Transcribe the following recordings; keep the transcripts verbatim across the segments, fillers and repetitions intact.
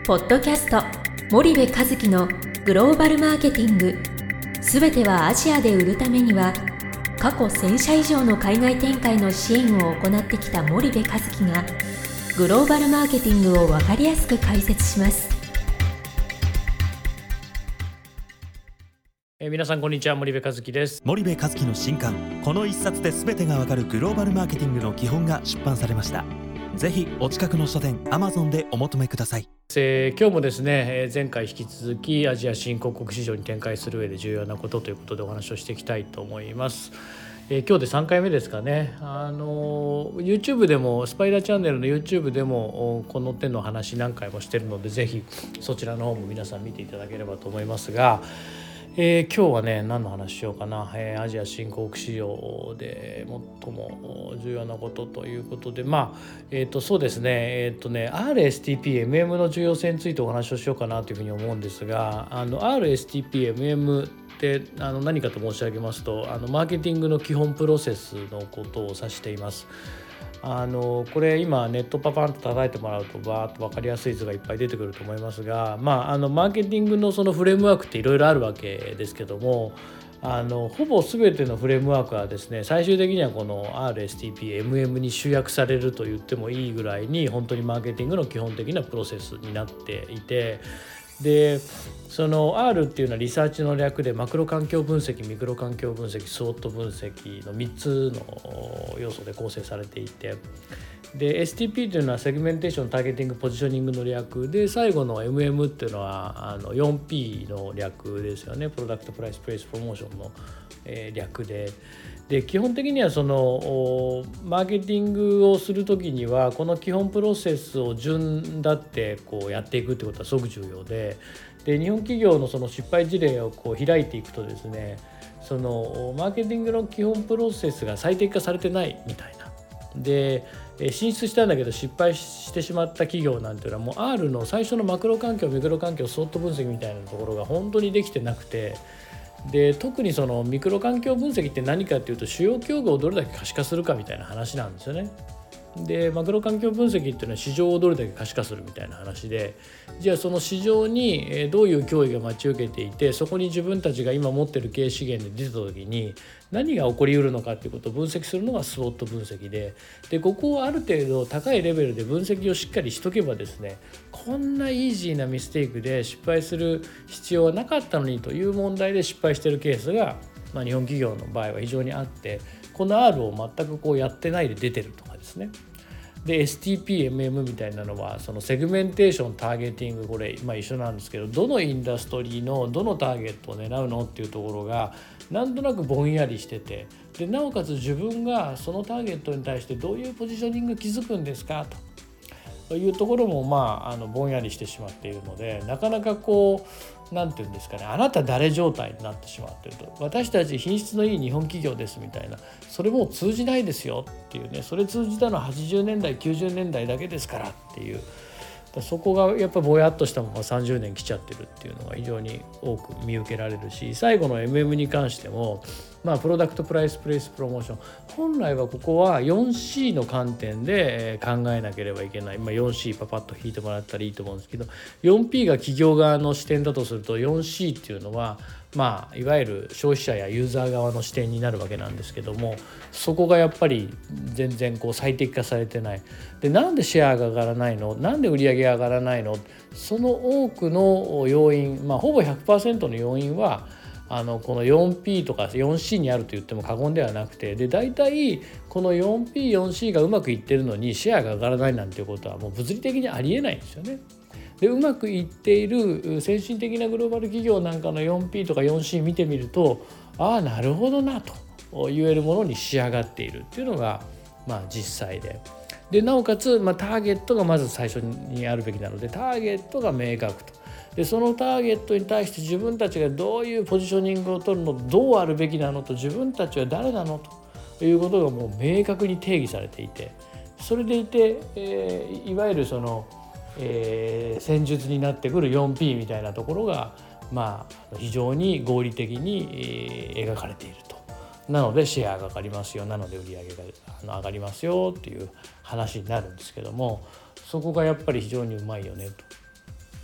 ポッドキャスト森部一樹のグローバルマーケティング、すべてはアジアで売るためには、過去せん社以上の海外展開の支援を行ってきた森部一樹がグローバルマーケティングを分かりやすく解説します。 えー、皆さんこんにちは、森部一樹です。 森部一樹の新刊、この一冊で全てがわかるグローバルマーケティングの基本が出版されました。ぜひお近くの書店 Amazon でお求めください。 えー、今日もですね、前回引き続きアジア新興国市場に展開する上で重要なことということでお話をしていきたいと思います。えー、今日でさんかいめですかね。あの YouTube でもスパイダーチャンネルの YouTube でもこの手の話何回もしてるので、ぜひそちらの方も皆さん見ていただければと思いますが、えー、今日はね何の話しようかな、えー、アジア新興国市場で最も重要なことということで、まあ、えー、とそうですねえっ、ー、とね アールエスティーピーエムエム の重要性についてお話をしようかなというふうに思うんですが、あの アールエスティーピーエムエム ってあの何かと申し上げますと、あのマーケティングの基本プロセスのことを指しています。あのこれ今ネットパパンと叩いてもらうとバーッと分かりやすい図がいっぱい出てくると思いますが、まあ、あのマーケティングのそのフレームワークっていろいろあるわけですけども、あのほぼ全てのフレームワークはですね、最終的にはこの アールエスティーピーエムエム に集約されると言ってもいいぐらいに本当にマーケティングの基本的なプロセスになっていて、でその R っていうのはリサーチの略でマクロ環境分析、ミクロ環境分析、スウォット分析のみっつの要素で構成されていて、で エスティーピー というのはセグメンテーション、ターゲティング、ポジショニングの略で、最後の エムエム っていうのはあの よんピー の略ですよね。プロダクトプライスプレイスプロモーションの、えー、略でで基本的にはそのマーケティングをするときにはこの基本プロセスを順だってこうやっていくってことはすごく重要で、で日本企業のその失敗事例をこう開いていくとですね、そのマーケティングの基本プロセスが最適化されてないみたいなで、進出したんだけど失敗してしまった企業なんていうのはもう R の最初のマクロ環境、ミクロ環境、スウォット分析みたいなところが本当にできてなくて、で特にそのミクロ環境分析って何かっていうと、主要競合をどれだけ可視化するかみたいな話なんですよね。でマクロ環境分析っていうのは市場をどれだけ可視化するみたいな話で、じゃあその市場にどういう脅威が待ち受けていて、そこに自分たちが今持っている経営資源で出た時に何が起こりうるのかっていうことを分析するのがスウォット分析で、でここをある程度高いレベルで分析をしっかりしとけばですね、こんなイージーなミステイクで失敗する必要はなかったのにという問題で失敗しているケースが、まあ、日本企業の場合は非常にあって、この R を全くこうやってないで出てるとかですね。で エスティーピーエムエム みたいなのはそのセグメンテーション、ターゲティング、これ、まあ、一緒なんですけど、どのインダストリーのどのターゲットを狙うのっていうところがなんとなくぼんやりしてて、でなおかつ自分がそのターゲットに対してどういうポジショニング築くんですかというところも、まあ、あのぼんやりしてしまっているので、なかなかこうなんていうんですかね、あなた誰状態になってしまっていると、私たち品質のいい日本企業ですみたいな、それもう通じないですよっていうね、それ通じたのははちじゅうねんだいきゅうじゅうねんだいだけですからっていう、そこがやっぱぼやっとしたままさんじゅうねん来ちゃってるっていうのが非常に多く見受けられるし、最後の エムエム に関しても、まあ、プロダクトプライスプレイスプロモーション、本来はここは よんシー の観点で考えなければいけない、まあ、よんシー パパッと引いてもらったらいいと思うんですけど、 よんピー が企業側の視点だとすると よんシー っていうのは、まあ、いわゆる消費者やユーザー側の視点になるわけなんですけども、そこがやっぱり全然こう最適化されてない。でなんでシェアが上がらないの、なんで売り上げが上がらないの、その多くの要因、まあ、ほぼ ひゃくパーセント の要因はあのこの よんピー とか よんシー にあると言っても過言ではなくて、で大体この よんピー、よんシー がうまくいってるのにシェアが上がらないなんていうことはもう物理的にありえないんですよね。でうまくいっている先進的なグローバル企業なんかの よんピー とか よんシー 見てみると、ああなるほどなと言えるものに仕上がっているっていうのが、まあ、実際で、でなおかつ、まあ、ターゲットがまず最初にあるべきなので、ターゲットが明確と、でそのターゲットに対して自分たちがどういうポジショニングを取るの、どうあるべきなのと、自分たちは誰なのということがもう明確に定義されていて、それでいて、えー、いわゆるその、えー、戦術になってくる よんピー みたいなところが、まあ、非常に合理的に、えー、描かれていると。なのでシェアが上がりますよ、なので売り上げが上がりますよっていう話になるんですけども、そこがやっぱり非常にうまいよねと。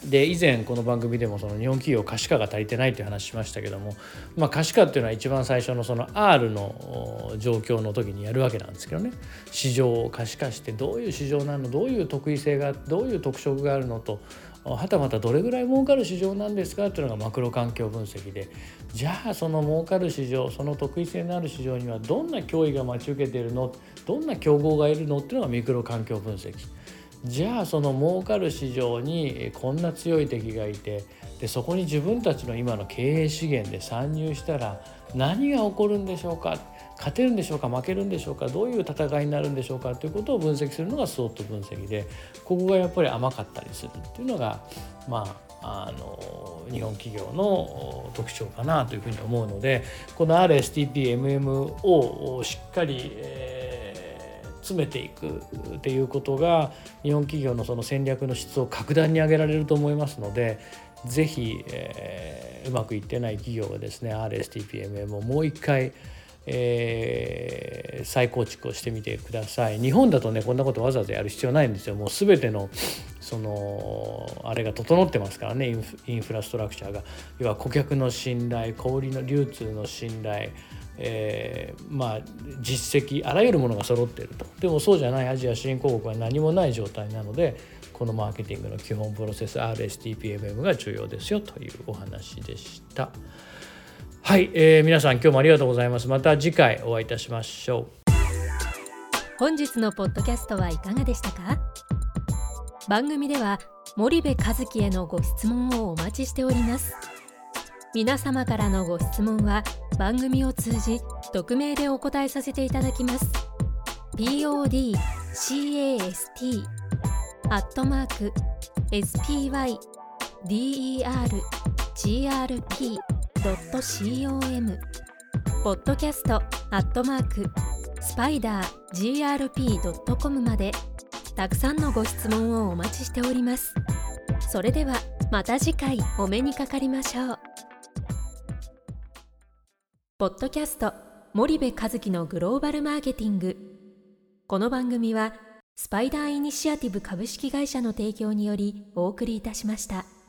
で以前この番組でもその日本企業可視化が足りてないという話しましたけども、まあ、可視化っていうのは一番最初のその アール の状況の時にやるわけなんですけどね、市場を可視化してどういう市場なの、どういう得意性がどういう特色があるのと、はたまたどれぐらい儲かる市場なんですかっていうのがマクロ環境分析で、じゃあその儲かる市場、その得意性のある市場にはどんな脅威が待ち受けているの、どんな競合がいるのっていうのがミクロ環境分析。じゃあその儲かる市場にこんな強い敵がいて、でそこに自分たちの今の経営資源で参入したら何が起こるんでしょうか、勝てるんでしょうか、負けるんでしょうか、どういう戦いになるんでしょうかということを分析するのがスウォット分析で、ここがやっぱり甘かったりするっていうのが、まあ、あの日本企業の特徴かなというふうに思うので、この アールエスティーピーエムエム をしっかり、えー詰めていくっていうことが日本企業のその戦略の質を格段に上げられると思いますので、ぜひ、えー、うまくいってない企業はですね アールエスティーピーエムエム をもう一回、えー、再構築をしてみてください。日本だとねこんなことわざわざやる必要ないんですよ。もう全てのそのあれが整ってますからね、インフ、インフラストラクチャーが、要は顧客の信頼、小売の流通の信頼、えー、まあ実績、あらゆるものが揃っていると。でもそうじゃないアジア新興国は何もない状態なので、このマーケティングの基本プロセス アールエスティーピーエムエム が重要ですよというお話でした。はい、えー、皆さん今日もありがとうございます。また次回お会いいたしましょう。 本日のポッドキャストはいかがでしたか？番組では森部一樹へのご質問をお待ちしております。皆様からのご質問は番組を通じ匿名でお答えさせていただきます。 podcast アットマーク エスピーワイディーイーアールジーアールピードットコム ポッドキャストアットマークスパイダー ジーアールピードットコム までたくさんのご質問をお待ちしております。それではまた次回お目にかかりましょう。ポッドキャスト森部一樹のグローバルマーケティング。この番組はスパイダーイニシアティブ株式会社の提供によりお送りいたしました。